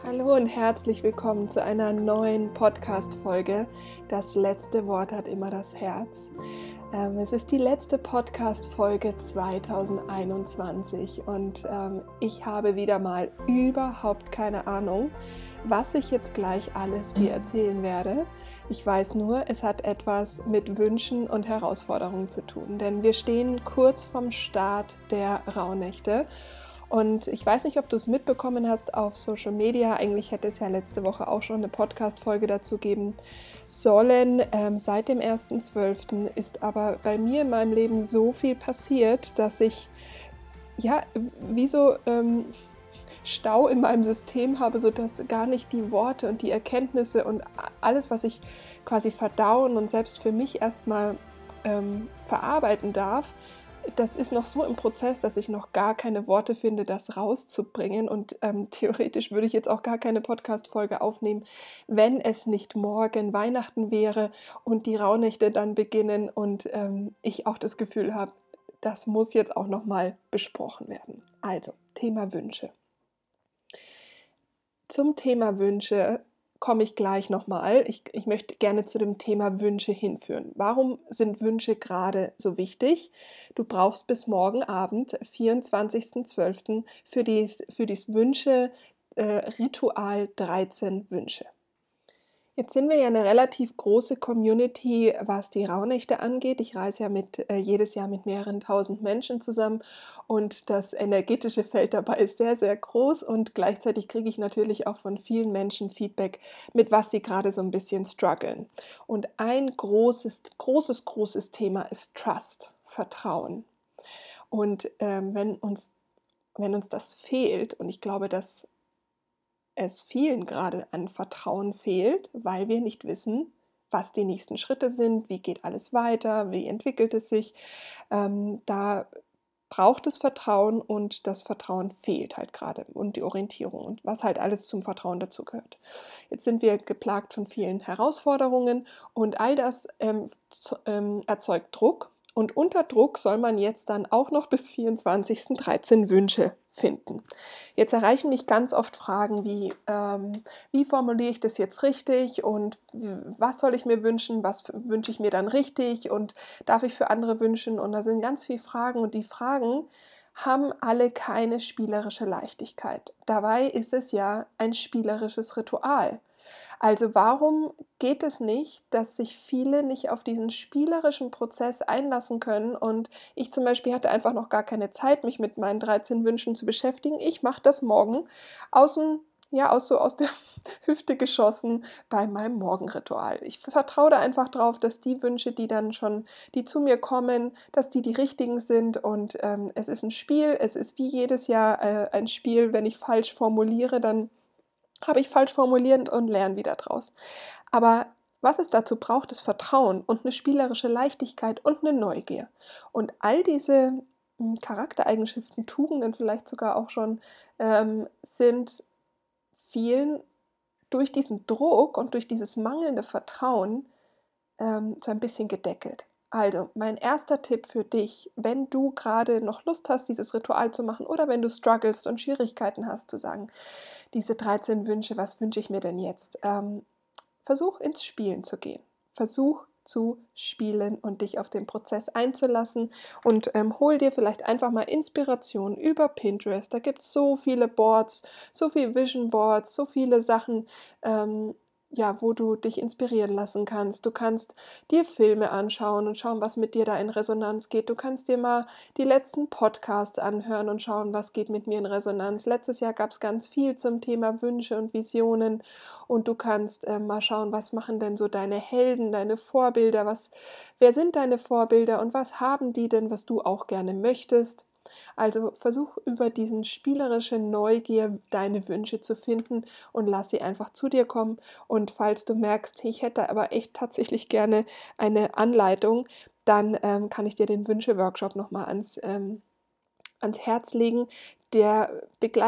Hallo und herzlich willkommen zu einer neuen Podcast-Folge. Das letzte Wort hat immer das Herz. Es ist die letzte Podcast-Folge 2021 und ich habe wieder mal überhaupt keine Ahnung, was ich jetzt gleich alles dir erzählen werde. Ich weiß nur, es hat etwas mit Wünschen und Herausforderungen zu tun, denn wir stehen kurz vorm Start der Rauhnächte. Und ich weiß nicht, ob du es mitbekommen hast auf Social Media. Eigentlich hätte es ja letzte Woche auch schon eine Podcast-Folge dazu geben sollen. Seit dem 1.12. ist aber bei mir in meinem Leben so viel passiert, dass ich wie so Stau in meinem System habe, sodass gar nicht die Worte und die Erkenntnisse und alles, was ich quasi verdauen und selbst für mich erstmal verarbeiten darf, das ist noch so im Prozess, dass ich noch gar keine Worte finde, das rauszubringen. Und theoretisch würde ich jetzt auch gar keine Podcast-Folge aufnehmen, wenn es nicht morgen Weihnachten wäre und die Rauhnächte dann beginnen und ich auch das Gefühl habe, das muss jetzt auch nochmal besprochen werden. Also, Thema Wünsche. Zum Thema Wünsche komme ich gleich nochmal. Ich möchte gerne zu dem Thema Wünsche hinführen. Warum sind Wünsche gerade so wichtig? Du brauchst bis morgen Abend, 24.12. für dies Wünsche-Ritual 13 Wünsche. Jetzt sind wir ja eine relativ große Community, was die Rauhnächte angeht. Ich reise ja jedes Jahr mit mehreren tausend Menschen zusammen und das energetische Feld dabei ist sehr, sehr groß und gleichzeitig kriege ich natürlich auch von vielen Menschen Feedback, mit was sie gerade so ein bisschen strugglen. Und ein großes Thema ist Trust, Vertrauen. Und wenn uns das fehlt, und ich glaube, dass es vielen gerade an Vertrauen fehlt, weil wir nicht wissen, was die nächsten Schritte sind, wie geht alles weiter, wie entwickelt es sich. Da braucht es Vertrauen und das Vertrauen fehlt halt gerade und die Orientierung und was halt alles zum Vertrauen dazugehört. Jetzt sind wir geplagt von vielen Herausforderungen und all das erzeugt Druck. Und unter Druck soll man jetzt dann auch noch bis 24. 13 Wünsche finden. Jetzt erreichen mich ganz oft Fragen wie formuliere ich das jetzt richtig und was soll ich mir wünschen, was wünsche ich mir dann richtig und darf ich für andere wünschen? Und da sind ganz viele Fragen und die Fragen haben alle keine spielerische Leichtigkeit. Dabei ist es ja ein spielerisches Ritual. Also warum geht es nicht, dass sich viele nicht auf diesen spielerischen Prozess einlassen können? Und ich zum Beispiel hatte einfach noch gar keine Zeit, mich mit meinen 13 Wünschen zu beschäftigen. Ich mache das morgen aus der Hüfte geschossen bei meinem Morgenritual. Ich vertraue da einfach drauf, dass die Wünsche, die zu mir kommen, dass die richtigen sind. Und es ist ein Spiel, es ist wie jedes Jahr ein Spiel. Wenn ich falsch formuliere, dann habe ich falsch formuliert und lerne wieder draus. Aber was es dazu braucht, ist Vertrauen und eine spielerische Leichtigkeit und eine Neugier. Und all diese Charaktereigenschaften, Tugenden vielleicht sogar auch schon, sind vielen durch diesen Druck und durch dieses mangelnde Vertrauen so ein bisschen gedeckelt. Also, mein erster Tipp für dich, wenn du gerade noch Lust hast, dieses Ritual zu machen oder wenn du strugglest und Schwierigkeiten hast, zu sagen, diese 13 Wünsche, was wünsche ich mir denn jetzt? Versuch ins Spielen zu gehen. Versuch zu spielen und dich auf den Prozess einzulassen und hol dir vielleicht einfach mal Inspiration über Pinterest. Da gibt es so viele Boards, so viele Vision Boards, so viele Sachen, wo du dich inspirieren lassen kannst. Du kannst dir Filme anschauen und schauen, was mit dir da in Resonanz geht. Du kannst dir mal die letzten Podcasts anhören und schauen, was geht mit mir in Resonanz. Letztes Jahr gab es ganz viel zum Thema Wünsche und Visionen und du kannst mal schauen, was machen denn so deine Helden, deine Vorbilder, wer sind deine Vorbilder und was haben die denn, was du auch gerne möchtest. Also versuch über diesen spielerische Neugier deine Wünsche zu finden und lass sie einfach zu dir kommen. Und falls du merkst, ich hätte aber echt tatsächlich gerne eine Anleitung, dann kann ich dir den Wünsche-Workshop nochmal ans Herz legen. Der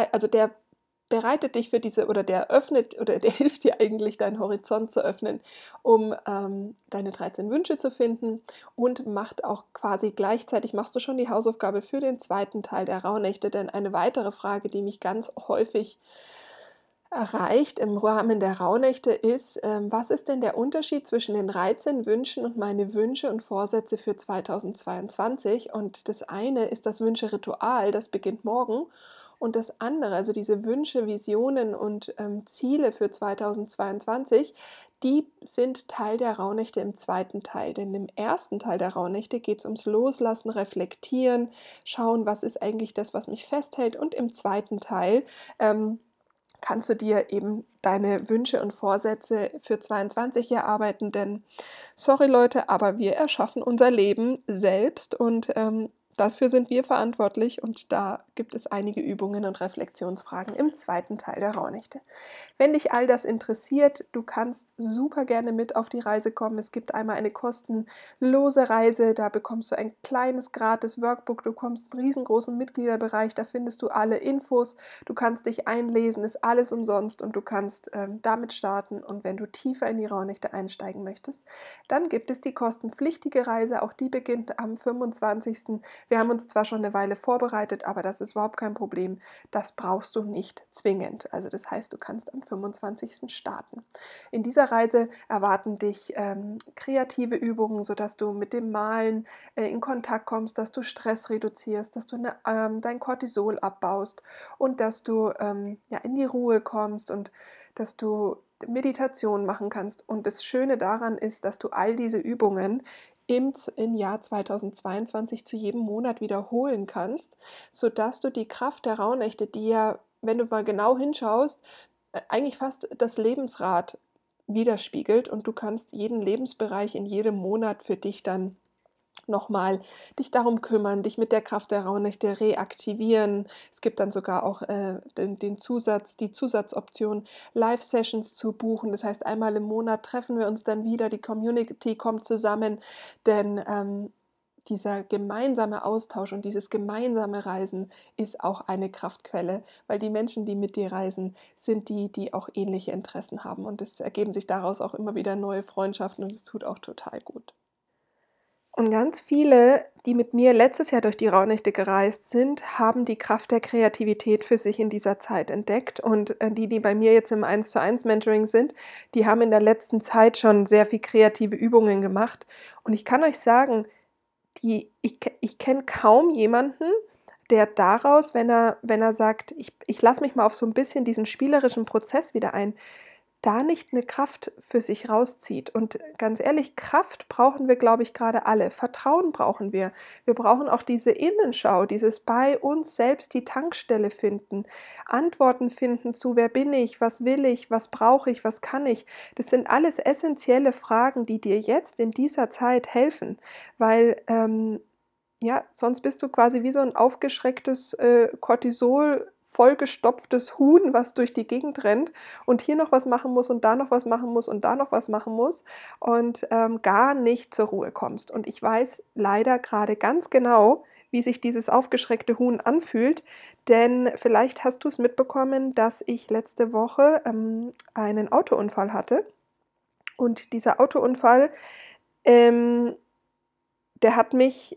bereitet dich für der öffnet oder der hilft dir eigentlich, deinen Horizont zu öffnen, um deine 13 Wünsche zu finden und macht auch quasi gleichzeitig, machst du schon die Hausaufgabe für den zweiten Teil der Rauhnächte, denn eine weitere Frage, die mich ganz häufig erreicht im Rahmen der Rauhnächte ist, was ist denn der Unterschied zwischen den 13 Wünschen und meine Wünsche und Vorsätze für 2022? Und das eine ist das Wünscheritual, das beginnt morgen. Und das andere, also diese Wünsche, Visionen und Ziele für 2022, die sind Teil der Rauhnächte im zweiten Teil. Denn im ersten Teil der Rauhnächte geht es ums Loslassen, Reflektieren, schauen, was ist eigentlich das, was mich festhält. Und im zweiten Teil kannst du dir eben deine Wünsche und Vorsätze für 22 erarbeiten, denn sorry Leute, aber wir erschaffen unser Leben selbst und dafür sind wir verantwortlich und da gibt es einige Übungen und Reflexionsfragen im zweiten Teil der Rauhnächte. Wenn dich all das interessiert, du kannst super gerne mit auf die Reise kommen. Es gibt einmal eine kostenlose Reise, da bekommst du ein kleines gratis Workbook, du bekommst einen riesengroßen Mitgliederbereich, da findest du alle Infos, du kannst dich einlesen, ist alles umsonst und du kannst damit starten. Und wenn du tiefer in die Rauhnächte einsteigen möchtest, dann gibt es die kostenpflichtige Reise, auch die beginnt am 25. Wir haben uns zwar schon eine Weile vorbereitet, aber das ist überhaupt kein Problem. Das brauchst du nicht zwingend. Also das heißt, du kannst am 25. starten. In dieser Reise erwarten dich kreative Übungen, sodass du mit dem Malen in Kontakt kommst, dass du Stress reduzierst, dass du dein Cortisol abbaust und dass du in die Ruhe kommst und dass du Meditation machen kannst. Und das Schöne daran ist, dass du all diese Übungen im Jahr 2022 zu jedem Monat wiederholen kannst, sodass du die Kraft der Rauhnächte, die ja, wenn du mal genau hinschaust, eigentlich fast das Lebensrad widerspiegelt und du kannst jeden Lebensbereich in jedem Monat für dich dann nochmal dich darum kümmern, dich mit der Kraft der Rauhnächte reaktivieren. Es gibt dann sogar auch die Zusatzoption, Live-Sessions zu buchen. Das heißt, einmal im Monat treffen wir uns dann wieder, die Community kommt zusammen, denn dieser gemeinsame Austausch und dieses gemeinsame Reisen ist auch eine Kraftquelle, weil die Menschen, die mit dir reisen, sind die, die auch ähnliche Interessen haben. Und es ergeben sich daraus auch immer wieder neue Freundschaften und es tut auch total gut. Und ganz viele, die mit mir letztes Jahr durch die Rauhnächte gereist sind, haben die Kraft der Kreativität für sich in dieser Zeit entdeckt. Und die bei mir jetzt im 1:1 Mentoring sind, die haben in der letzten Zeit schon sehr viel kreative Übungen gemacht. Und ich kann euch sagen, ich kenne kaum jemanden, der daraus, wenn er sagt, ich lasse mich mal auf so ein bisschen diesen spielerischen Prozess wieder ein, da nicht eine Kraft für sich rauszieht. Und ganz ehrlich, Kraft brauchen wir, glaube ich, gerade alle. Vertrauen brauchen wir. Wir brauchen auch diese Innenschau, dieses bei uns selbst die Tankstelle finden, Antworten finden zu, wer bin ich, was will ich, was brauche ich, was kann ich. Das sind alles essentielle Fragen, die dir jetzt in dieser Zeit helfen, weil sonst bist du quasi wie so ein aufgeschrecktes Cortisol vollgestopftes Huhn, was durch die Gegend rennt und hier noch was machen muss und da noch was machen muss und da noch was machen muss und gar nicht zur Ruhe kommst. Und ich weiß leider gerade ganz genau, wie sich dieses aufgeschreckte Huhn anfühlt, denn vielleicht hast du es mitbekommen, dass ich letzte Woche einen Autounfall hatte und dieser Autounfall, der hat mich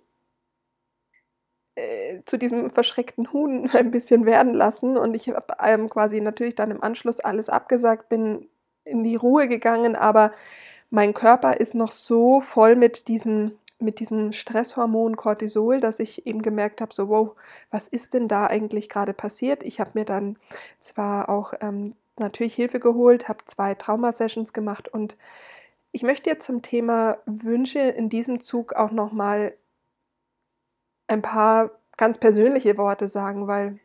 zu diesem verschreckten Huhn ein bisschen werden lassen und ich habe quasi natürlich dann im Anschluss alles abgesagt, bin in die Ruhe gegangen, aber mein Körper ist noch so voll mit diesem Stresshormon Cortisol, dass ich eben gemerkt habe, so wow, was ist denn da eigentlich gerade passiert? Ich habe mir dann zwar auch natürlich Hilfe geholt, habe 2 Trauma-Sessions gemacht und ich möchte jetzt zum Thema Wünsche in diesem Zug auch nochmal ein paar ganz persönliche Worte sagen, weil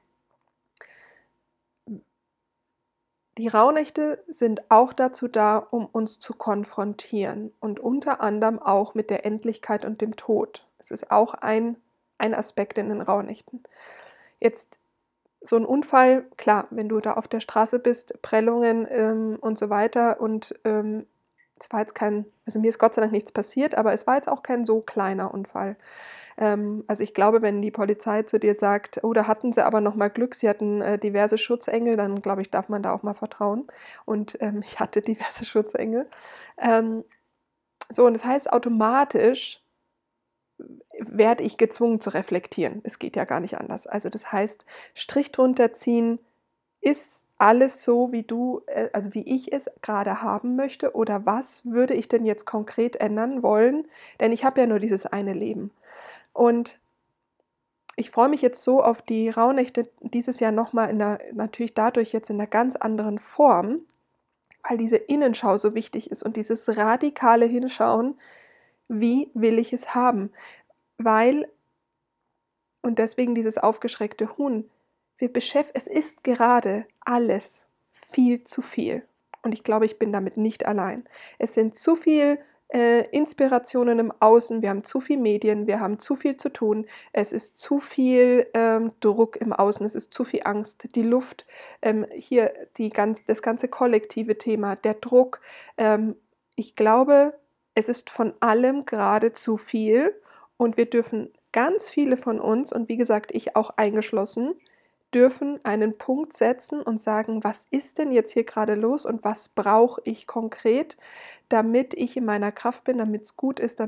die Rauhnächte sind auch dazu da, um uns zu konfrontieren und unter anderem auch mit der Endlichkeit und dem Tod. Es ist auch ein Aspekt in den Rauhnächten. Jetzt so ein Unfall, klar, wenn du da auf der Straße bist, Prellungen und so weiter und es war jetzt also mir ist Gott sei Dank nichts passiert, aber es war jetzt auch kein so kleiner Unfall. Also ich glaube, wenn die Polizei zu dir sagt, oh, da hatten sie aber noch mal Glück, sie hatten diverse Schutzengel, dann glaube ich, darf man da auch mal vertrauen. Und ich hatte diverse Schutzengel. Und das heißt, automatisch werde ich gezwungen zu reflektieren. Es geht ja gar nicht anders. Also das heißt, Strich drunter ziehen, ist alles so, also wie ich es gerade haben möchte, oder was würde ich denn jetzt konkret ändern wollen? Denn ich habe ja nur dieses eine Leben. Und ich freue mich jetzt so auf die Rauhnächte dieses Jahr nochmal natürlich dadurch jetzt in einer ganz anderen Form, weil diese Innenschau so wichtig ist und dieses radikale Hinschauen, wie will ich es haben? Weil, und deswegen dieses aufgeschreckte Huhn, es ist gerade alles viel zu viel. Und ich glaube, ich bin damit nicht allein. Es sind zu viel Inspirationen im Außen, wir haben zu viel Medien, wir haben zu viel zu tun, es ist zu viel Druck im Außen, es ist zu viel Angst, die Luft, hier das ganze kollektive Thema, der Druck. Ich glaube, es ist von allem gerade zu viel und wir dürfen ganz viele von uns, und wie gesagt, ich auch eingeschlossen, dürfen einen Punkt setzen und sagen, was ist denn jetzt hier gerade los und was brauche ich konkret, damit ich in meiner Kraft bin, damit es gut ist,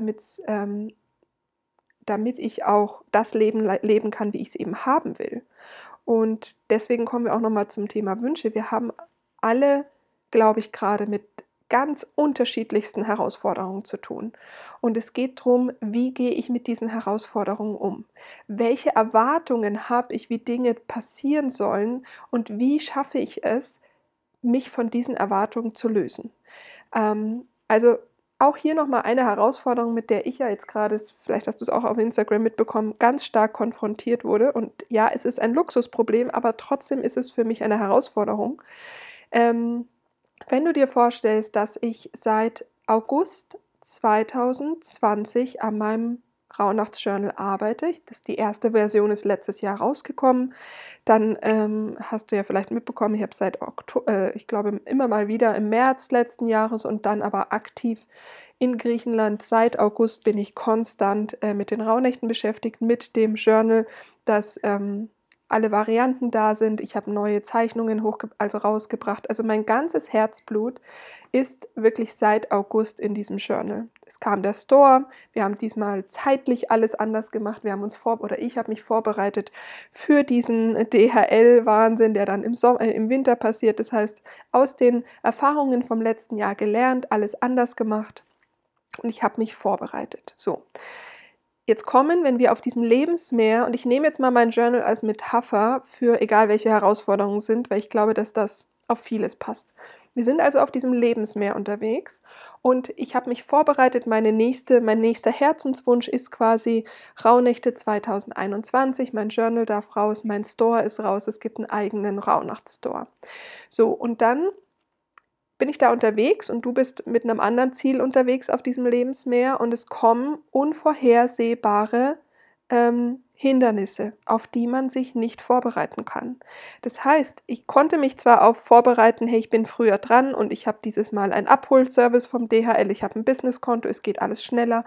damit ich auch das Leben leben kann, wie ich es eben haben will. Und deswegen kommen wir auch nochmal zum Thema Wünsche. Wir haben alle, glaube ich, gerade mit ganz unterschiedlichsten Herausforderungen zu tun. Und es geht darum, wie gehe ich mit diesen Herausforderungen um? Welche Erwartungen habe ich, wie Dinge passieren sollen und wie schaffe ich es, mich von diesen Erwartungen zu lösen? Also auch hier nochmal eine Herausforderung, mit der ich ja jetzt gerade, vielleicht hast du es auch auf Instagram mitbekommen, ganz stark konfrontiert wurde. Und ja, es ist ein Luxusproblem, aber trotzdem ist es für mich eine Herausforderung. Wenn du dir vorstellst, dass ich seit August 2020 an meinem Rauhnachtsjournal arbeite, die erste Version ist letztes Jahr rausgekommen, dann hast du ja vielleicht mitbekommen, ich habe seit ich glaube immer mal wieder im März letzten Jahres und dann aber aktiv in Griechenland. Seit August bin ich konstant mit den Rauhnächten beschäftigt, mit dem Journal, das alle Varianten da sind. Ich habe neue Zeichnungen rausgebracht. Also mein ganzes Herzblut ist wirklich seit August in diesem Journal. Es kam der Store. Wir haben diesmal zeitlich alles anders gemacht. Ich habe mich vorbereitet für diesen DHL-Wahnsinn, der dann im Winter passiert. Das heißt, aus den Erfahrungen vom letzten Jahr gelernt, alles anders gemacht. Und ich habe mich vorbereitet. So. Jetzt wenn wir auf diesem Lebensmeer, und ich nehme jetzt mal mein Journal als Metapher für egal welche Herausforderungen sind, weil ich glaube, dass das auf vieles passt. Wir sind also auf diesem Lebensmeer unterwegs und ich habe mich vorbereitet, mein nächster Herzenswunsch ist quasi Rauhnächte 2021, mein Journal darf raus, mein Store ist raus, es gibt einen eigenen Rauhnachtsstore. So, und dann bin ich da unterwegs und du bist mit einem anderen Ziel unterwegs auf diesem Lebensmeer und es kommen unvorhersehbare Hindernisse, auf die man sich nicht vorbereiten kann. Das heißt, ich konnte mich zwar auf vorbereiten, hey, ich bin früher dran und ich habe dieses Mal einen Abholservice vom DHL, ich habe ein Businesskonto, es geht alles schneller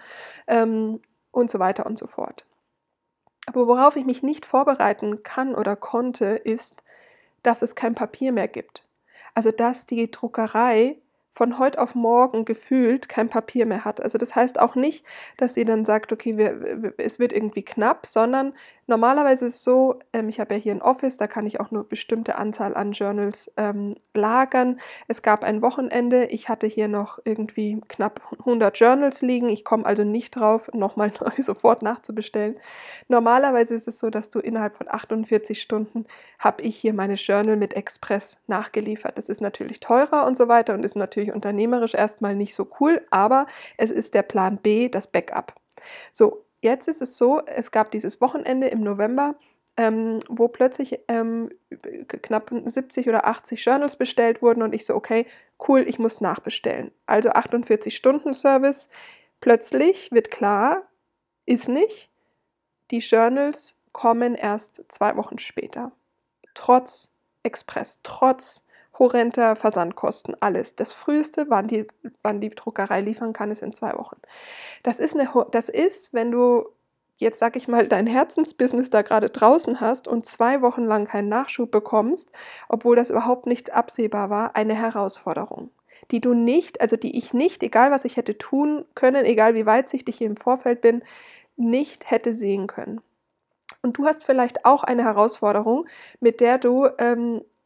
und so weiter und so fort. Aber worauf ich mich nicht vorbereiten kann oder konnte, ist, dass es kein Papier mehr gibt. Also dass die Druckerei von heute auf morgen gefühlt kein Papier mehr hat. Also das heißt auch nicht, dass sie dann sagt, okay, es wird irgendwie knapp, sondern normalerweise ist es so, ich habe ja hier ein Office, da kann ich auch nur bestimmte Anzahl an Journals lagern. Es gab ein Wochenende, ich hatte hier noch irgendwie knapp 100 Journals liegen. Ich komme also nicht drauf, nochmal neu sofort nachzubestellen. Normalerweise ist es so, dass du innerhalb von 48 Stunden habe ich hier meine Journal mit Express nachgeliefert. Das ist natürlich teurer und so weiter und ist natürlich unternehmerisch erstmal nicht so cool, aber es ist der Plan B, das Backup. So, jetzt ist es so, es gab dieses Wochenende im November, wo plötzlich knapp 70 oder 80 Journals bestellt wurden und ich so, okay, cool, ich muss nachbestellen. Also 48-Stunden-Service. Plötzlich wird klar, ist nicht. Die Journals kommen erst 2 Wochen später. Trotz Express, trotz horrender Versandkosten, alles. Das Früheste, wann die Druckerei liefern kann, ist in 2 Wochen. Das ist, wenn du jetzt, sag ich mal, dein Herzensbusiness da gerade draußen hast und 2 Wochen lang keinen Nachschub bekommst, obwohl das überhaupt nicht absehbar war, eine Herausforderung, die ich nicht, egal was ich hätte tun können, egal wie weitsichtig ich im Vorfeld bin, nicht hätte sehen können. Und du hast vielleicht auch eine Herausforderung, mit der du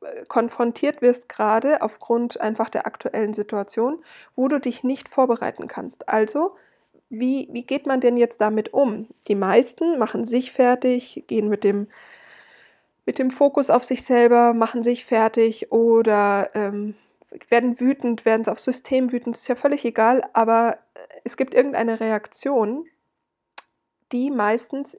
konfrontiert wirst gerade aufgrund einfach der aktuellen Situation, wo du dich nicht vorbereiten kannst. Also, wie geht man denn jetzt damit um? Die meisten machen sich fertig, gehen mit dem Fokus auf sich selber, machen sich fertig oder werden wütend, werden aufs System wütend, ist ja völlig egal, aber es gibt irgendeine Reaktion, die meistens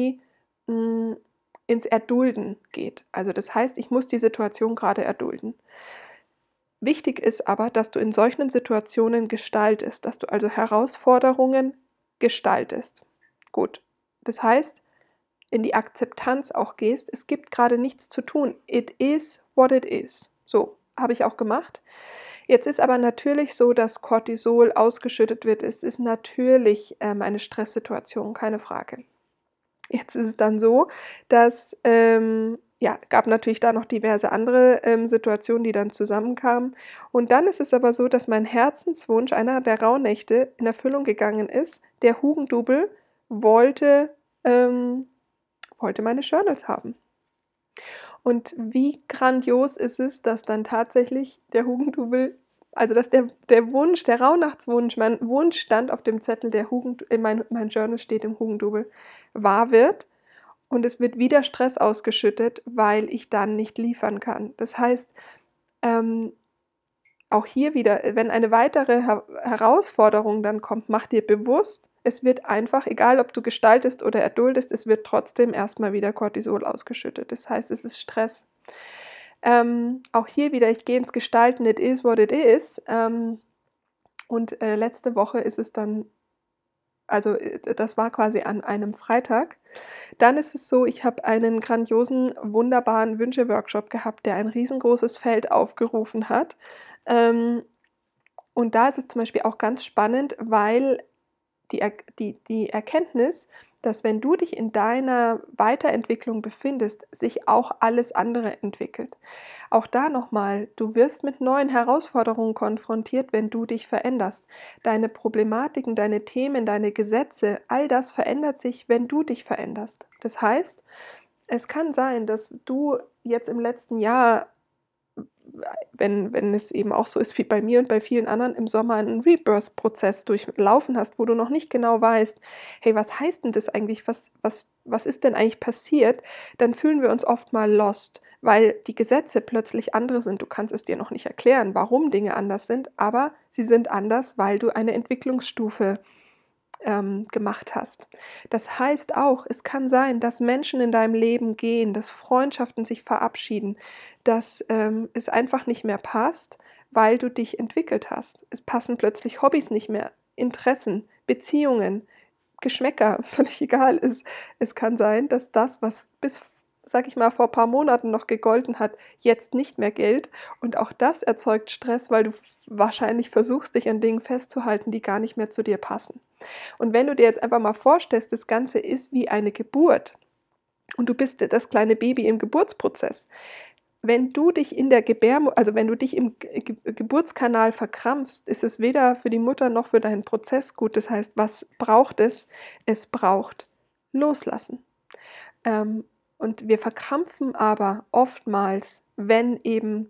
ins Erdulden geht. Also das heißt, ich muss die Situation gerade erdulden. Wichtig ist aber, dass du in solchen Situationen gestaltest, dass du also Herausforderungen gestaltest. Gut, das heißt, in die Akzeptanz auch gehst, es gibt gerade nichts zu tun. It is what it is. So, habe ich auch gemacht. Jetzt ist aber natürlich so, dass Cortisol ausgeschüttet wird. Es ist natürlich eine Stresssituation, keine Frage. Jetzt ist es dann so, dass, gab natürlich da noch diverse andere Situationen, die dann zusammenkamen. Und dann ist es aber so, dass mein Herzenswunsch, einer der Rauhnächte, in Erfüllung gegangen ist. Der Hugendubel wollte meine Journals haben. Und wie grandios ist es, dass dann tatsächlich der Hugendubel, also dass der Wunsch, der Rauhnachtswunsch, mein Wunsch stand auf dem Zettel, mein Journal steht im Hugendubel, wahr wird. Und es wird wieder Stress ausgeschüttet, weil ich dann nicht liefern kann. Das heißt, auch hier wieder, wenn eine weitere Herausforderung dann kommt, mach dir bewusst, es wird einfach, egal ob du gestaltest oder erduldest, es wird trotzdem erstmal wieder Cortisol ausgeschüttet. Das heißt, es ist Stress. Auch hier wieder, ich gehe ins Gestalten, it is what it is. Und letzte Woche ist es dann, also das war quasi an einem Freitag. Dann ist es so, ich habe einen grandiosen, wunderbaren Wünsche-Workshop gehabt, der ein riesengroßes Feld aufgerufen hat. Und da ist es zum Beispiel auch ganz spannend, weil die Erkenntnis, dass wenn du dich in deiner Weiterentwicklung befindest, sich auch alles andere entwickelt. Auch da nochmal, du wirst mit neuen Herausforderungen konfrontiert, wenn du dich veränderst. Deine Problematiken, deine Themen, deine Gesetze, all das verändert sich, wenn du dich veränderst. Das heißt, es kann sein, dass du jetzt im letzten Jahr, wenn es eben auch so ist wie bei mir und bei vielen anderen, im Sommer einen Rebirth-Prozess durchlaufen hast, wo du noch nicht genau weißt, hey, was heißt denn das eigentlich, was ist denn eigentlich passiert, dann fühlen wir uns oft mal lost, weil die Gesetze plötzlich andere sind. Du kannst es dir noch nicht erklären, warum Dinge anders sind, aber sie sind anders, weil du eine Entwicklungsstufe gemacht hast. Das heißt auch, es kann sein, dass Menschen in deinem Leben gehen, dass Freundschaften sich verabschieden, dass es einfach nicht mehr passt, weil du dich entwickelt hast. Es passen plötzlich Hobbys nicht mehr, Interessen, Beziehungen, Geschmäcker, völlig egal ist. Es kann sein, dass das, was bis, sag ich mal, vor ein paar Monaten noch gegolten hat, jetzt nicht mehr gilt. Und auch das erzeugt Stress, weil du wahrscheinlich versuchst, dich an Dingen festzuhalten, die gar nicht mehr zu dir passen. Und wenn du dir jetzt einfach mal vorstellst, das Ganze ist wie eine Geburt und du bist das kleine Baby im Geburtsprozess. Wenn du dich wenn du dich im Geburtskanal verkrampfst, ist es weder für die Mutter noch für deinen Prozess gut. Das heißt, was braucht es? Es braucht Loslassen. Und wir verkrampfen aber oftmals, wenn eben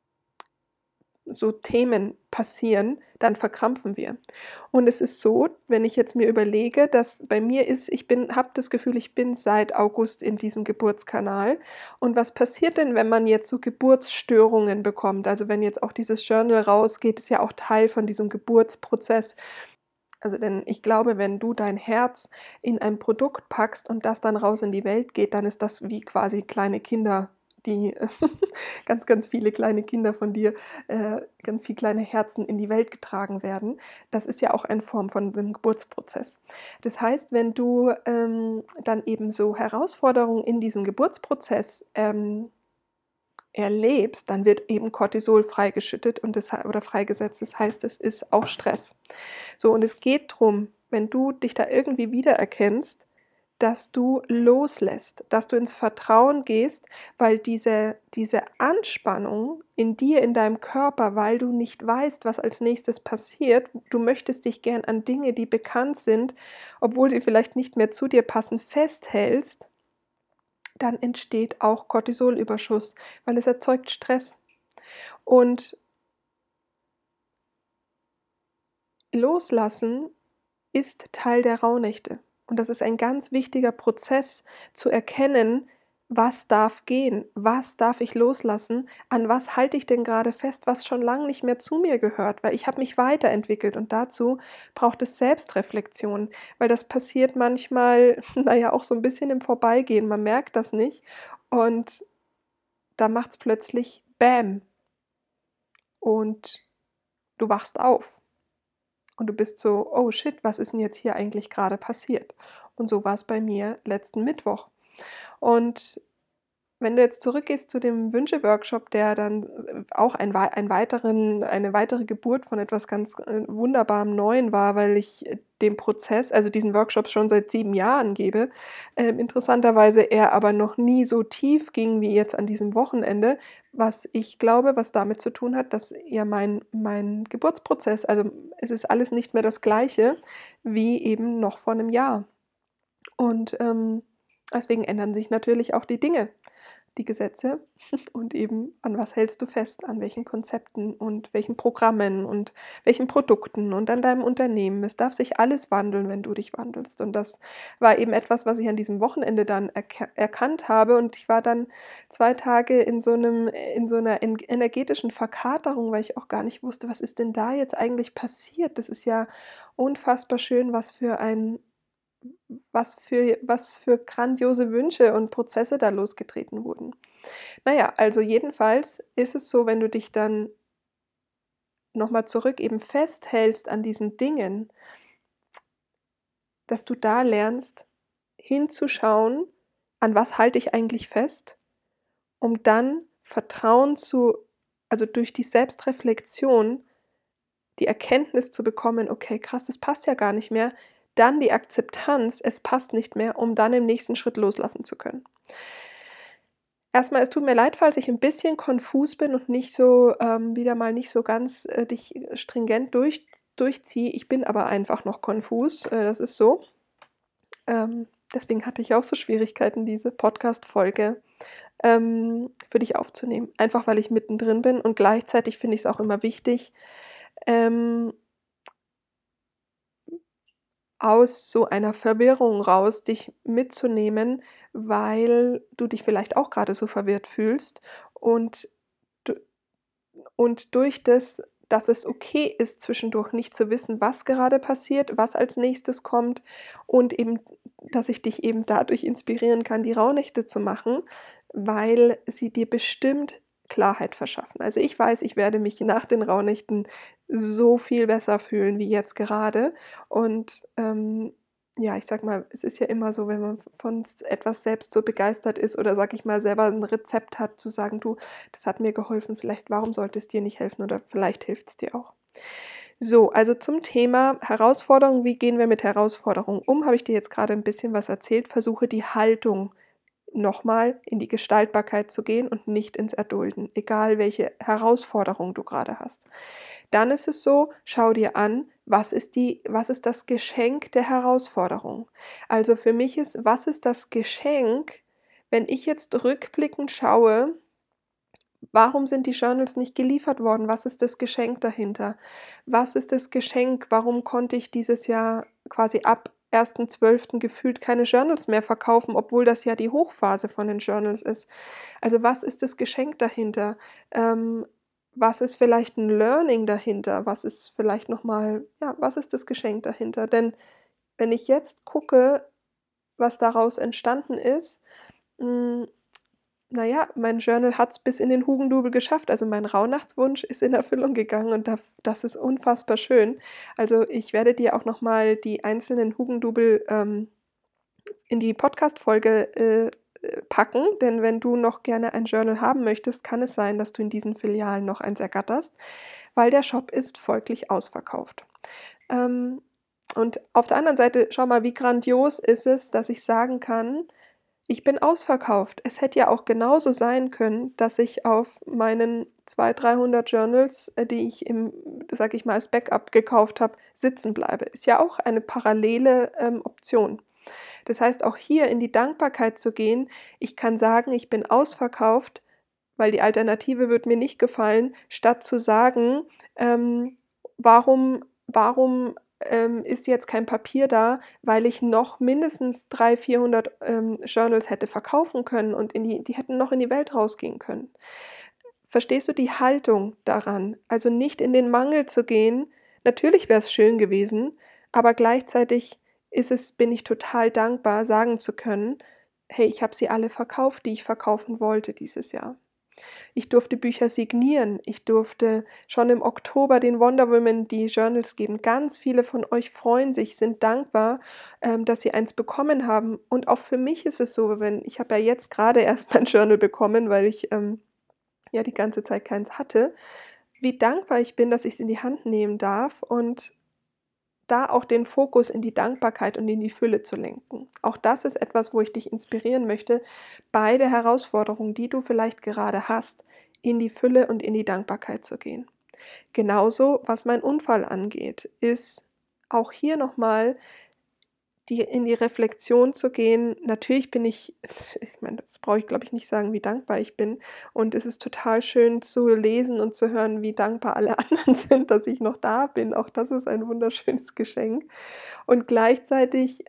so Themen passieren, dann verkrampfen wir. Und es ist so, wenn ich jetzt mir überlege, dass bei mir ist, habe das Gefühl, ich bin seit August in diesem Geburtskanal. Und was passiert denn, wenn man jetzt so Geburtsstörungen bekommt? Also wenn jetzt auch dieses Journal rausgeht, ist ja auch Teil von diesem Geburtsprozess. Also denn ich glaube, wenn du dein Herz in ein Produkt packst und das dann raus in die Welt geht, dann ist das wie quasi kleine Kinder, die ganz, ganz viele kleine Kinder von dir, ganz viele kleine Herzen in die Welt getragen werden. Das ist ja auch eine Form von einem Geburtsprozess. Das heißt, wenn du dann eben so Herausforderungen in diesem Geburtsprozess erlebst, dann wird eben Cortisol freigeschüttet oder freigesetzt. Das heißt, es ist auch Stress. So, und es geht darum, wenn du dich da irgendwie wiedererkennst, dass du loslässt, dass du ins Vertrauen gehst, weil diese Anspannung in dir, in deinem Körper, weil du nicht weißt, was als nächstes passiert, du möchtest dich gern an Dinge, die bekannt sind, obwohl sie vielleicht nicht mehr zu dir passen, festhältst, dann entsteht auch Cortisolüberschuss, weil es erzeugt Stress. Und Loslassen ist Teil der Rauhnächte. Und das ist ein ganz wichtiger Prozess, zu erkennen, was darf gehen, was darf ich loslassen, an was halte ich denn gerade fest, was schon lange nicht mehr zu mir gehört, weil ich habe mich weiterentwickelt und dazu braucht es Selbstreflexion, weil das passiert manchmal, naja, auch so ein bisschen im Vorbeigehen, man merkt das nicht und da macht es plötzlich Bäm und du wachst auf. Und du bist so: „Oh shit, was ist denn jetzt hier eigentlich gerade passiert?“ Und so war es bei mir letzten Mittwoch. Und wenn du jetzt zurückgehst zu dem Wünsche-Workshop, der dann, auch eine weitere Geburt von etwas ganz, Wunderbarem Neuen war, weil ich, den Prozess, also diesen Workshop schon seit 7 Jahren gebe, interessanterweise er aber noch nie so tief ging wie jetzt an diesem Wochenende, was ich glaube, was damit zu tun hat, dass ja mein Geburtsprozess, also es ist alles nicht mehr das Gleiche wie eben noch vor einem Jahr. Und, deswegen ändern sich natürlich auch die Dinge, die Gesetze und eben an was hältst du fest, an welchen Konzepten und welchen Programmen und welchen Produkten und an deinem Unternehmen. Es darf sich alles wandeln, wenn du dich wandelst. Und das war eben etwas, was ich an diesem Wochenende dann erkannt habe. Und ich war dann 2 Tage in so einer energetischen Verkaterung, weil ich auch gar nicht wusste, was ist denn da jetzt eigentlich passiert? Das ist ja unfassbar schön, was für grandiose Wünsche und Prozesse da losgetreten wurden. Na ja, also jedenfalls ist es so, wenn du dich dann noch mal zurück eben festhältst an diesen Dingen, dass du da lernst, hinzuschauen, an was halte ich eigentlich fest, um dann Vertrauen zu also durch die Selbstreflexion die Erkenntnis zu bekommen: „Okay, krass, das passt ja gar nicht mehr.“ Dann die Akzeptanz, es passt nicht mehr, um dann im nächsten Schritt loslassen zu können. Erstmal, es tut mir leid, falls ich ein bisschen konfus bin und nicht so wieder mal nicht so ganz, dich stringent durchziehe. Ich bin aber einfach noch konfus, das ist so. Deswegen hatte ich auch so Schwierigkeiten, diese Podcast-Folge, für dich aufzunehmen. Einfach, weil ich mittendrin bin und gleichzeitig finde ich es auch immer wichtig, ähm aus so einer Verwirrung raus, dich mitzunehmen, weil du dich vielleicht auch gerade so verwirrt fühlst und du und durch das, dass es okay ist, zwischendurch nicht zu wissen, was gerade passiert, was als Nächstes kommt und eben, dass ich dich eben dadurch inspirieren kann, die Rauhnächte zu machen, weil sie dir bestimmt Klarheit verschaffen. Also, ich weiß, ich werde mich nach den Rauhnächten so viel besser fühlen wie jetzt gerade und, ja, ich sage mal, es ist ja immer so, wenn man von etwas selbst so begeistert ist oder, sage ich mal, selber ein Rezept hat, zu sagen: „Du, das hat mir geholfen, vielleicht warum sollte es dir nicht helfen oder vielleicht hilft es dir auch.“ So, also zum Thema Herausforderungen, wie gehen wir mit Herausforderungen um, habe ich dir jetzt gerade ein bisschen was erzählt. Versuche die Haltung nochmal in die Gestaltbarkeit zu gehen und nicht ins Erdulden, egal welche Herausforderung du gerade hast. Dann ist es so, schau dir an, was ist das Geschenk der Herausforderung? Also für mich ist, was ist das Geschenk, wenn ich jetzt rückblickend schaue, warum sind die Journals nicht geliefert worden? Was ist das Geschenk dahinter? Was ist das Geschenk? Warum konnte ich dieses Jahr quasi ab 1.12. gefühlt keine Journals mehr verkaufen, obwohl das ja die Hochphase von den Journals ist? Also, was ist das Geschenk dahinter? Ähm, Was ist vielleicht ein Learning dahinter? Was ist vielleicht noch mal ja, was ist das Geschenk dahinter? Denn wenn ich jetzt gucke, was daraus entstanden ist, hm, na ja, mein Journal hat's bis in den Hugendubel geschafft. Also, mein Rauhnachtswunsch ist in Erfüllung gegangen und das ist unfassbar schön. Also, ich werde dir auch noch mal die einzelnen Hugendubel, in die Podcast-Folge, packen, denn wenn du noch gerne ein Journal haben möchtest, kann es sein, dass du in diesen Filialen noch eins ergatterst, weil der Shop ist folglich ausverkauft. Ähm, und auf der anderen Seite, schau mal, wie grandios ist es, dass ich sagen kann: ich bin ausverkauft. Es hätte ja auch genauso sein können, dass ich auf meinen 200, 300 Journals, die ich sage ich mal, als Backup gekauft habe, sitzen bleibe. Ist ja auch eine parallele, Option. Das heißt, auch hier in die Dankbarkeit zu gehen, ich kann sagen, ich bin ausverkauft, weil die Alternative wird mir nicht gefallen, statt zu sagen, warum ist jetzt kein Papier da, weil ich noch mindestens 300, 400 Journals hätte verkaufen können und die hätten noch in die Welt rausgehen können. Verstehst du die Haltung daran? Also nicht in den Mangel zu gehen. Natürlich wäre es schön gewesen, aber gleichzeitig bin ich total dankbar, sagen zu können, hey, ich habe sie alle verkauft, die ich verkaufen wollte dieses Jahr. Ich durfte Bücher signieren. Ich durfte schon im Oktober den Wonder Women die Journals geben. Ganz viele von euch freuen sich, sind dankbar, dass sie eins bekommen haben. Und auch für mich ist es so, ich habe ja jetzt gerade erst mein Journal bekommen, weil ich ja die ganze Zeit keins hatte, wie dankbar ich bin, dass ich es in die Hand nehmen darf und da auch den Fokus in die Dankbarkeit und in die Fülle zu lenken. Auch das ist etwas, wo ich dich inspirieren möchte, beide Herausforderungen, die du vielleicht gerade hast, in die Fülle und in die Dankbarkeit zu gehen. Genauso, was mein Unfall angeht, ist auch hier nochmal in die Reflexion zu gehen. Natürlich bin ich meine, das brauche ich, glaube ich, nicht sagen, wie dankbar ich bin. Und es ist total schön zu lesen und zu hören, wie dankbar alle anderen sind, dass ich noch da bin. Auch das ist ein wunderschönes Geschenk. Und gleichzeitig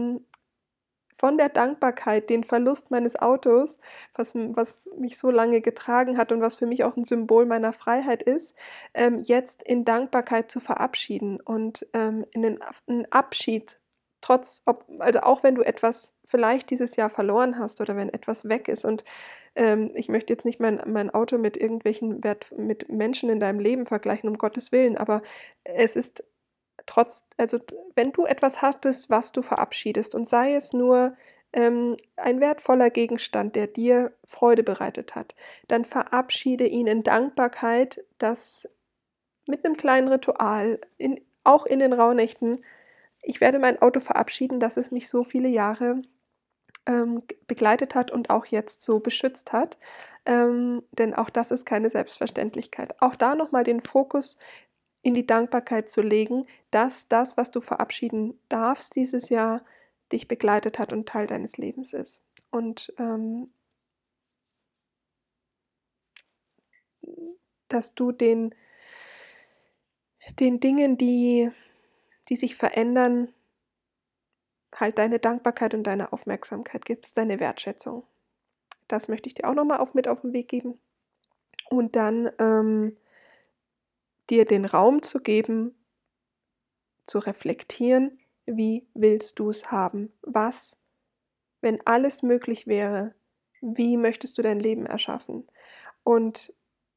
von der Dankbarkeit, den Verlust meines Autos, was mich so lange getragen hat und was für mich auch ein Symbol meiner Freiheit ist, jetzt in Dankbarkeit zu verabschieden und in einen Abschied also auch wenn du etwas vielleicht dieses Jahr verloren hast oder wenn etwas weg ist und ich möchte jetzt nicht mein Auto mit mit Menschen in deinem Leben vergleichen, um Gottes Willen, aber es ist also wenn du etwas hattest, was du verabschiedest und sei es nur ein wertvoller Gegenstand, der dir Freude bereitet hat, dann verabschiede ihn in Dankbarkeit, dass mit einem kleinen Ritual, auch in den Rauhnächten, ich werde mein Auto verabschieden, dass es mich so viele Jahre begleitet hat und auch jetzt so beschützt hat. Denn auch das ist keine Selbstverständlichkeit. Auch da nochmal den Fokus in die Dankbarkeit zu legen, dass das, was du verabschieden darfst dieses Jahr, dich begleitet hat und Teil deines Lebens ist. Und dass du den Dingen, die sich verändern, halt deine Dankbarkeit und deine Aufmerksamkeit gibst, deine Wertschätzung. Das möchte ich dir auch nochmal mit auf den Weg geben. Und dann dir den Raum zu geben, zu reflektieren, wie willst du es haben? Was, wenn alles möglich wäre, wie möchtest du dein Leben erschaffen? Und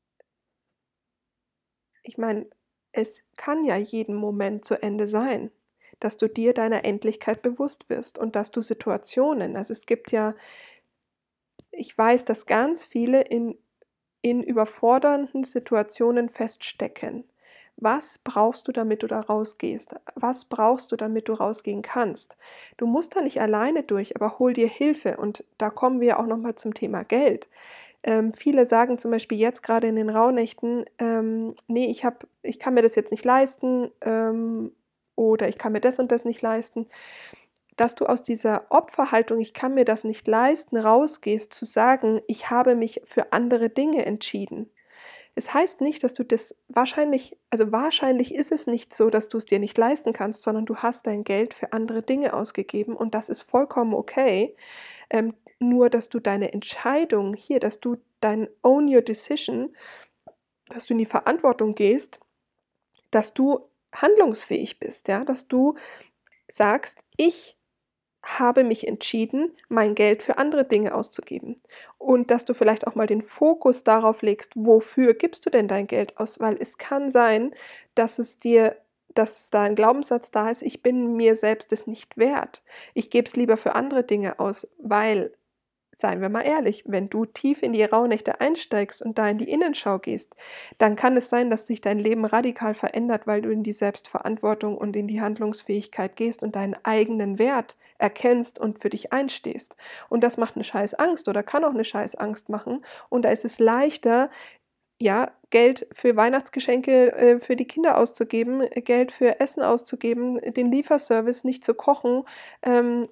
ich meine, es kann ja jeden Moment zu Ende sein, dass du dir deiner Endlichkeit bewusst wirst und dass du Situationen, also es gibt ja, ich weiß, dass ganz viele in überfordernden Situationen feststecken. Was brauchst du, damit du da rausgehst? Was brauchst du, damit du rausgehen kannst? Du musst da nicht alleine durch, aber hol dir Hilfe. Und da kommen wir auch nochmal zum Thema Geld. Viele sagen zum Beispiel jetzt gerade in den Rauhnächten, nee, ich kann mir das jetzt nicht leisten oder ich kann mir das und das nicht leisten. Dass du aus dieser Opferhaltung, ich kann mir das nicht leisten, rausgehst, zu sagen, ich habe mich für andere Dinge entschieden. Es heißt nicht, dass du das wahrscheinlich ist es nicht so, dass du es dir nicht leisten kannst, sondern du hast dein Geld für andere Dinge ausgegeben und das ist vollkommen okay. Nur, dass du deine Entscheidung hier, dass du dein Own Your Decision, dass du in die Verantwortung gehst, dass du handlungsfähig bist, ja, dass du sagst, ich habe mich entschieden, mein Geld für andere Dinge auszugeben. Und dass du vielleicht auch mal den Fokus darauf legst, wofür gibst du denn dein Geld aus? Weil es kann sein, dass da ein Glaubenssatz da ist, ich bin mir selbst es nicht wert. Ich gebe es lieber für andere Dinge aus, weil, seien wir mal ehrlich, wenn du tief in die Rauhnächte einsteigst und da in die Innenschau gehst, dann kann es sein, dass sich dein Leben radikal verändert, weil du in die Selbstverantwortung und in die Handlungsfähigkeit gehst und deinen eigenen Wert erkennst und für dich einstehst. Und das macht eine scheiß Angst oder kann auch eine scheiß Angst machen. Und da ist es leichter, ja, Geld für Weihnachtsgeschenke für die Kinder auszugeben, Geld für Essen auszugeben, den Lieferservice nicht zu kochen,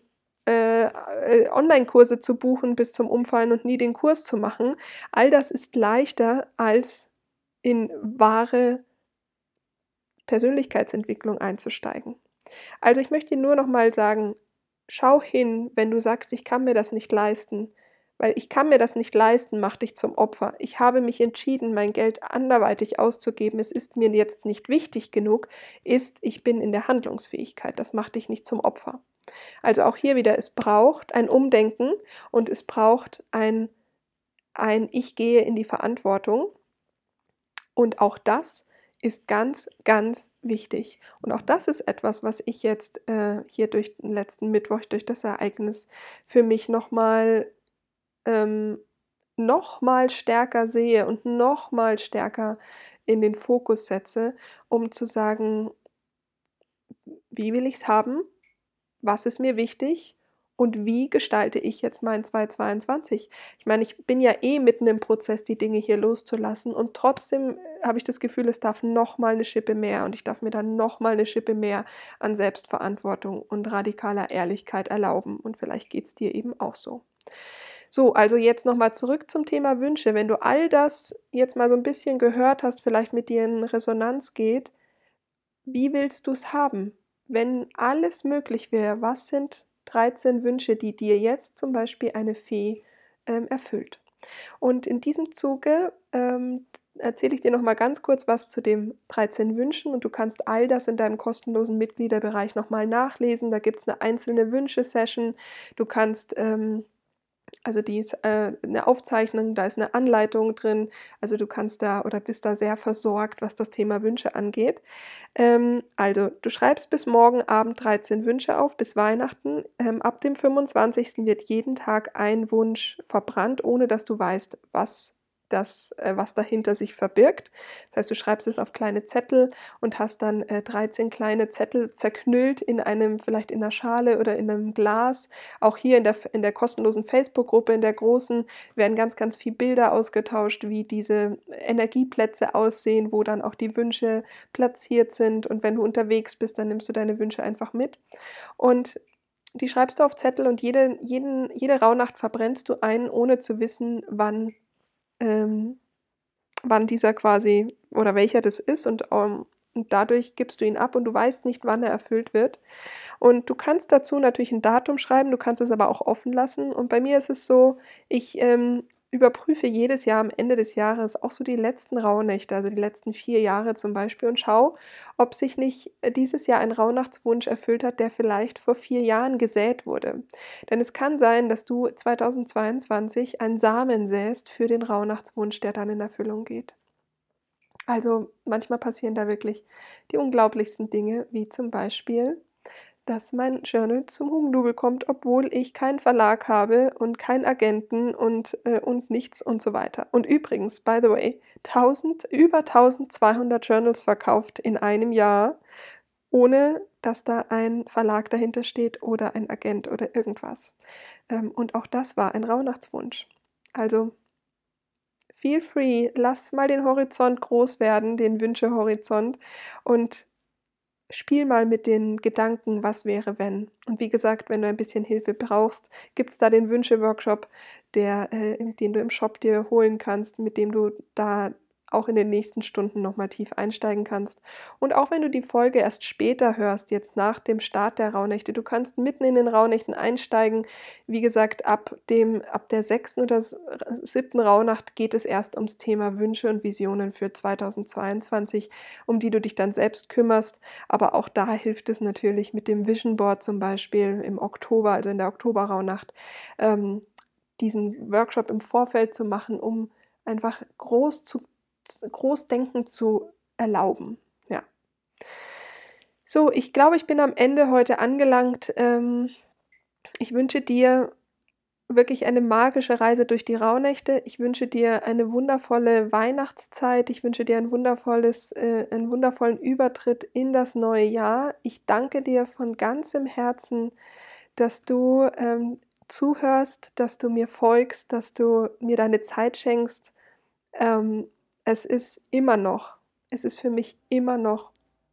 Onlinekurse zu buchen bis zum Umfallen und nie den Kurs zu machen. All das ist leichter, als in wahre Persönlichkeitsentwicklung einzusteigen. Also, ich möchte dir nur noch mal sagen, schau hin, wenn du sagst: „Ich kann mir das nicht leisten“, weil „Ich kann mir das nicht leisten“ macht dich zum Opfer. Ich habe mich entschieden, mein Geld anderweitig auszugeben. Es ist mir jetzt nicht wichtig genug, ich bin in der Handlungsfähigkeit. Das macht dich nicht zum Opfer. Also, auch hier wieder, es braucht ein Umdenken und es braucht ein „Ich gehe in die Verantwortung“, und auch das ist ganz, ganz wichtig. Und auch das ist etwas, was ich jetzt, hier durch den letzten Mittwoch, durch das Ereignis für mich ähm noch mal stärker sehe und noch mal stärker in den Fokus setze, um zu sagen: „Wie will ich's haben? Was ist mir wichtig und wie gestalte ich jetzt mein 2022?“ Ich meine, ich bin ja mitten im Prozess, die Dinge hier loszulassen, und trotzdem, habe ich das Gefühl, es darf noch mal 'ne Schippe mehr, und ich darf mir dann noch mal 'ne Schippe mehr an Selbstverantwortung und radikaler Ehrlichkeit erlauben, und vielleicht geht's dir eben auch so. So, also jetzt noch mal zurück zum Thema Wünsche. Wenn du all das jetzt mal so 'n bisschen gehört hast, vielleicht mit dir in Resonanz geht, wie willst du's haben? Wenn alles möglich wäre, was sind 13 Wünsche, die dir jetzt zum Beispiel eine Fee, erfüllt? Und in diesem Zuge, erzähle ich dir noch mal ganz kurz was zu den 13 Wünschen, und du kannst all das in deinem kostenlosen Mitgliederbereich noch mal nachlesen. Da gibt's 'ne einzelne Wünsche-Session. Du kannst, also die ist, 'ne Aufzeichnung, da ist 'ne Anleitung drin. Also, du kannst da oder bist da sehr versorgt, was das Thema Wünsche angeht. Also, du schreibst bis morgen Abend 13 Wünsche auf, bis Weihnachten. Ab dem 25. wird jeden Tag ein Wunsch verbrannt, ohne dass du weißt, was dahinter sich verbirgt. Das heißt, du schreibst es auf kleine Zettel und hast dann, 13 kleine Zettel zerknüllt in einem, vielleicht in 'ner Schale oder in 'nem Glas. Auch hier in der kostenlosen Facebook-Gruppe, in der großen, werden ganz, ganz viel Bilder ausgetauscht, wie diese Energieplätze aussehen, wo dann auch die Wünsche platziert sind. Und wenn du unterwegs bist, dann nimmst du deine Wünsche einfach mit. Und die schreibst du auf Zettel, und jede Rauhnacht verbrennst du einen, ohne zu wissen, ähm, wann dieser quasi oder welcher das ist, und dadurch gibst du ihn ab und du weißt nicht, wann er erfüllt wird. Und du kannst dazu natürlich 'n Datum schreiben, du kannst es aber auch offen lassen. Und bei mir ist es so, ich, überprüfe jedes Jahr am Ende des Jahres auch so die letzten Rauhnächte, also die letzten 4 Jahre zum Beispiel, und schaue, ob sich nicht, dieses Jahr ein Rauhnachtswunsch erfüllt hat, der vielleicht vor 4 Jahren gesät wurde. Denn es kann sein, dass du 2022 einen Samen säst für den Rauhnachtswunsch, der dann in Erfüllung geht. Also, manchmal passieren da wirklich die unglaublichsten Dinge, wie zum Beispiel, dass mein Journal zum Hugendubel kommt, obwohl ich keinen Verlag habe und keinen Agenten und nichts und so weiter. Und übrigens, by the way, über 1.200 Journals verkauft in einem Jahr, ohne dass da ein Verlag dahinter steht oder ein Agent oder irgendwas. Und auch das war ein Rauhnachtswunsch. Also, feel free, lass mal den Horizont groß werden, den Wünschehorizont, und spiel mal mit den Gedanken: „Was wäre, wenn?“ Und wie gesagt, wenn du ein bisschen Hilfe brauchst, gibt's da den Wünsche-Workshop, den du im Shop dir holen kannst, mit dem du da auch in den nächsten Stunden noch mal tief einsteigen kannst. Und auch wenn du die Folge erst später hörst, jetzt nach dem Start der Rauhnächte, du kannst mitten in den Rauhnächten einsteigen. Wie gesagt, ab der 6. oder 7. Rauhnacht geht es erst ums Thema Wünsche und Visionen für 2022, um die du dich dann selbst kümmerst. Aber auch da hilft es natürlich mit dem Vision Board zum Beispiel im Oktober, also in der Oktoberrauhnacht, diesen Workshop im Vorfeld zu machen, um einfach Großdenken zu erlauben, ja. So, ich glaube, ich bin am Ende heute angelangt. Ich wünsche dir wirklich eine magische Reise durch die Rauhnächte. Ich wünsche dir eine wundervolle Weihnachtszeit. Ich wünsche dir einen wundervollen Übertritt in das neue Jahr. Ich danke dir von ganzem Herzen, dass du, zuhörst, dass du mir folgst, dass du mir deine Zeit schenkst. Ähm, es ist für mich immer noch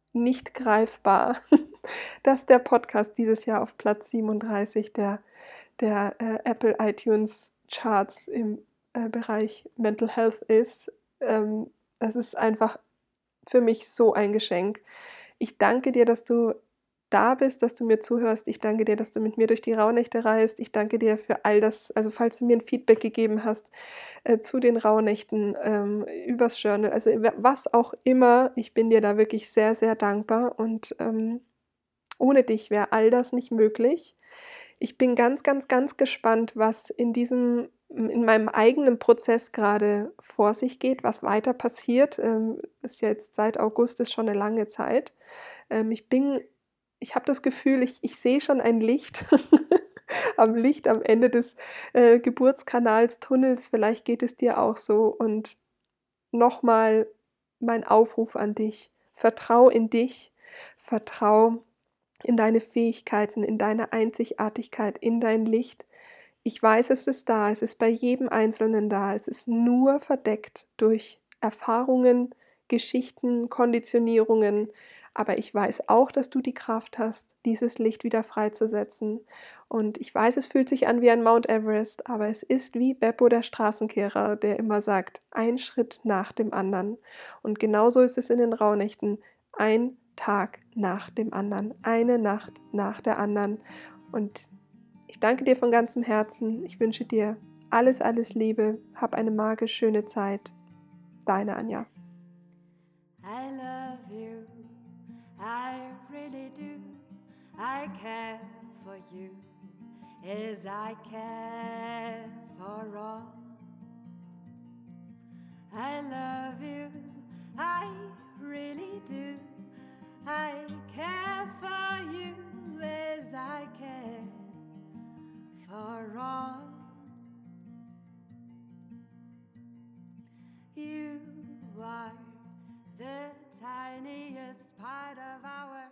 nicht greifbar, dass der Podcast dieses Jahr auf Platz 37 der Apple iTunes Charts im Bereich Mental Health ist. Das ist einfach für mich so ein Geschenk. Ich danke dir, dass du da bist, dass du mir zuhörst. Ich danke dir, dass du mit mir durch die Rauhnächte reist. Ich danke dir für all das, also falls du mir ein Feedback gegeben hast zu den Rauhnächten, übers Journal, also was auch immer. Ich bin dir da wirklich sehr, sehr dankbar und ohne dich wäre all das nicht möglich. Ich bin ganz, ganz, ganz gespannt, was in meinem eigenen Prozess gerade vor sich geht, was weiter passiert. Ist jetzt seit August ist schon eine lange Zeit. Ähm, ich bin ich habe das Gefühl, ich sehe schon ein Licht am Ende des, Geburtskanals, Tunnels. Vielleicht geht es dir auch so. Und nochmal mein Aufruf an dich: Vertrau in dich, vertrau in deine Fähigkeiten, in deine Einzigartigkeit, in dein Licht. Ich weiß, es ist da, es ist bei jedem Einzelnen da. Es ist nur verdeckt durch Erfahrungen, Geschichten, Konditionierungen. Aber ich weiß auch, dass du die Kraft hast, dieses Licht wieder freizusetzen. Und ich weiß, es fühlt sich an wie ein Mount Everest, aber es ist wie Beppo der Straßenkehrer, der immer sagt, ein Schritt nach dem anderen. Und genauso ist es in den Rauhnächten. Ein Tag nach dem anderen, eine Nacht nach der anderen. Und ich danke dir von ganzem Herzen. Ich wünsche dir alles, alles Liebe. Hab eine magisch schöne Zeit. Deine Anja. I love you, I really do. I care for you as I care for all. I love you, I really do. I care for you as I care for all. You are the tiniest part of our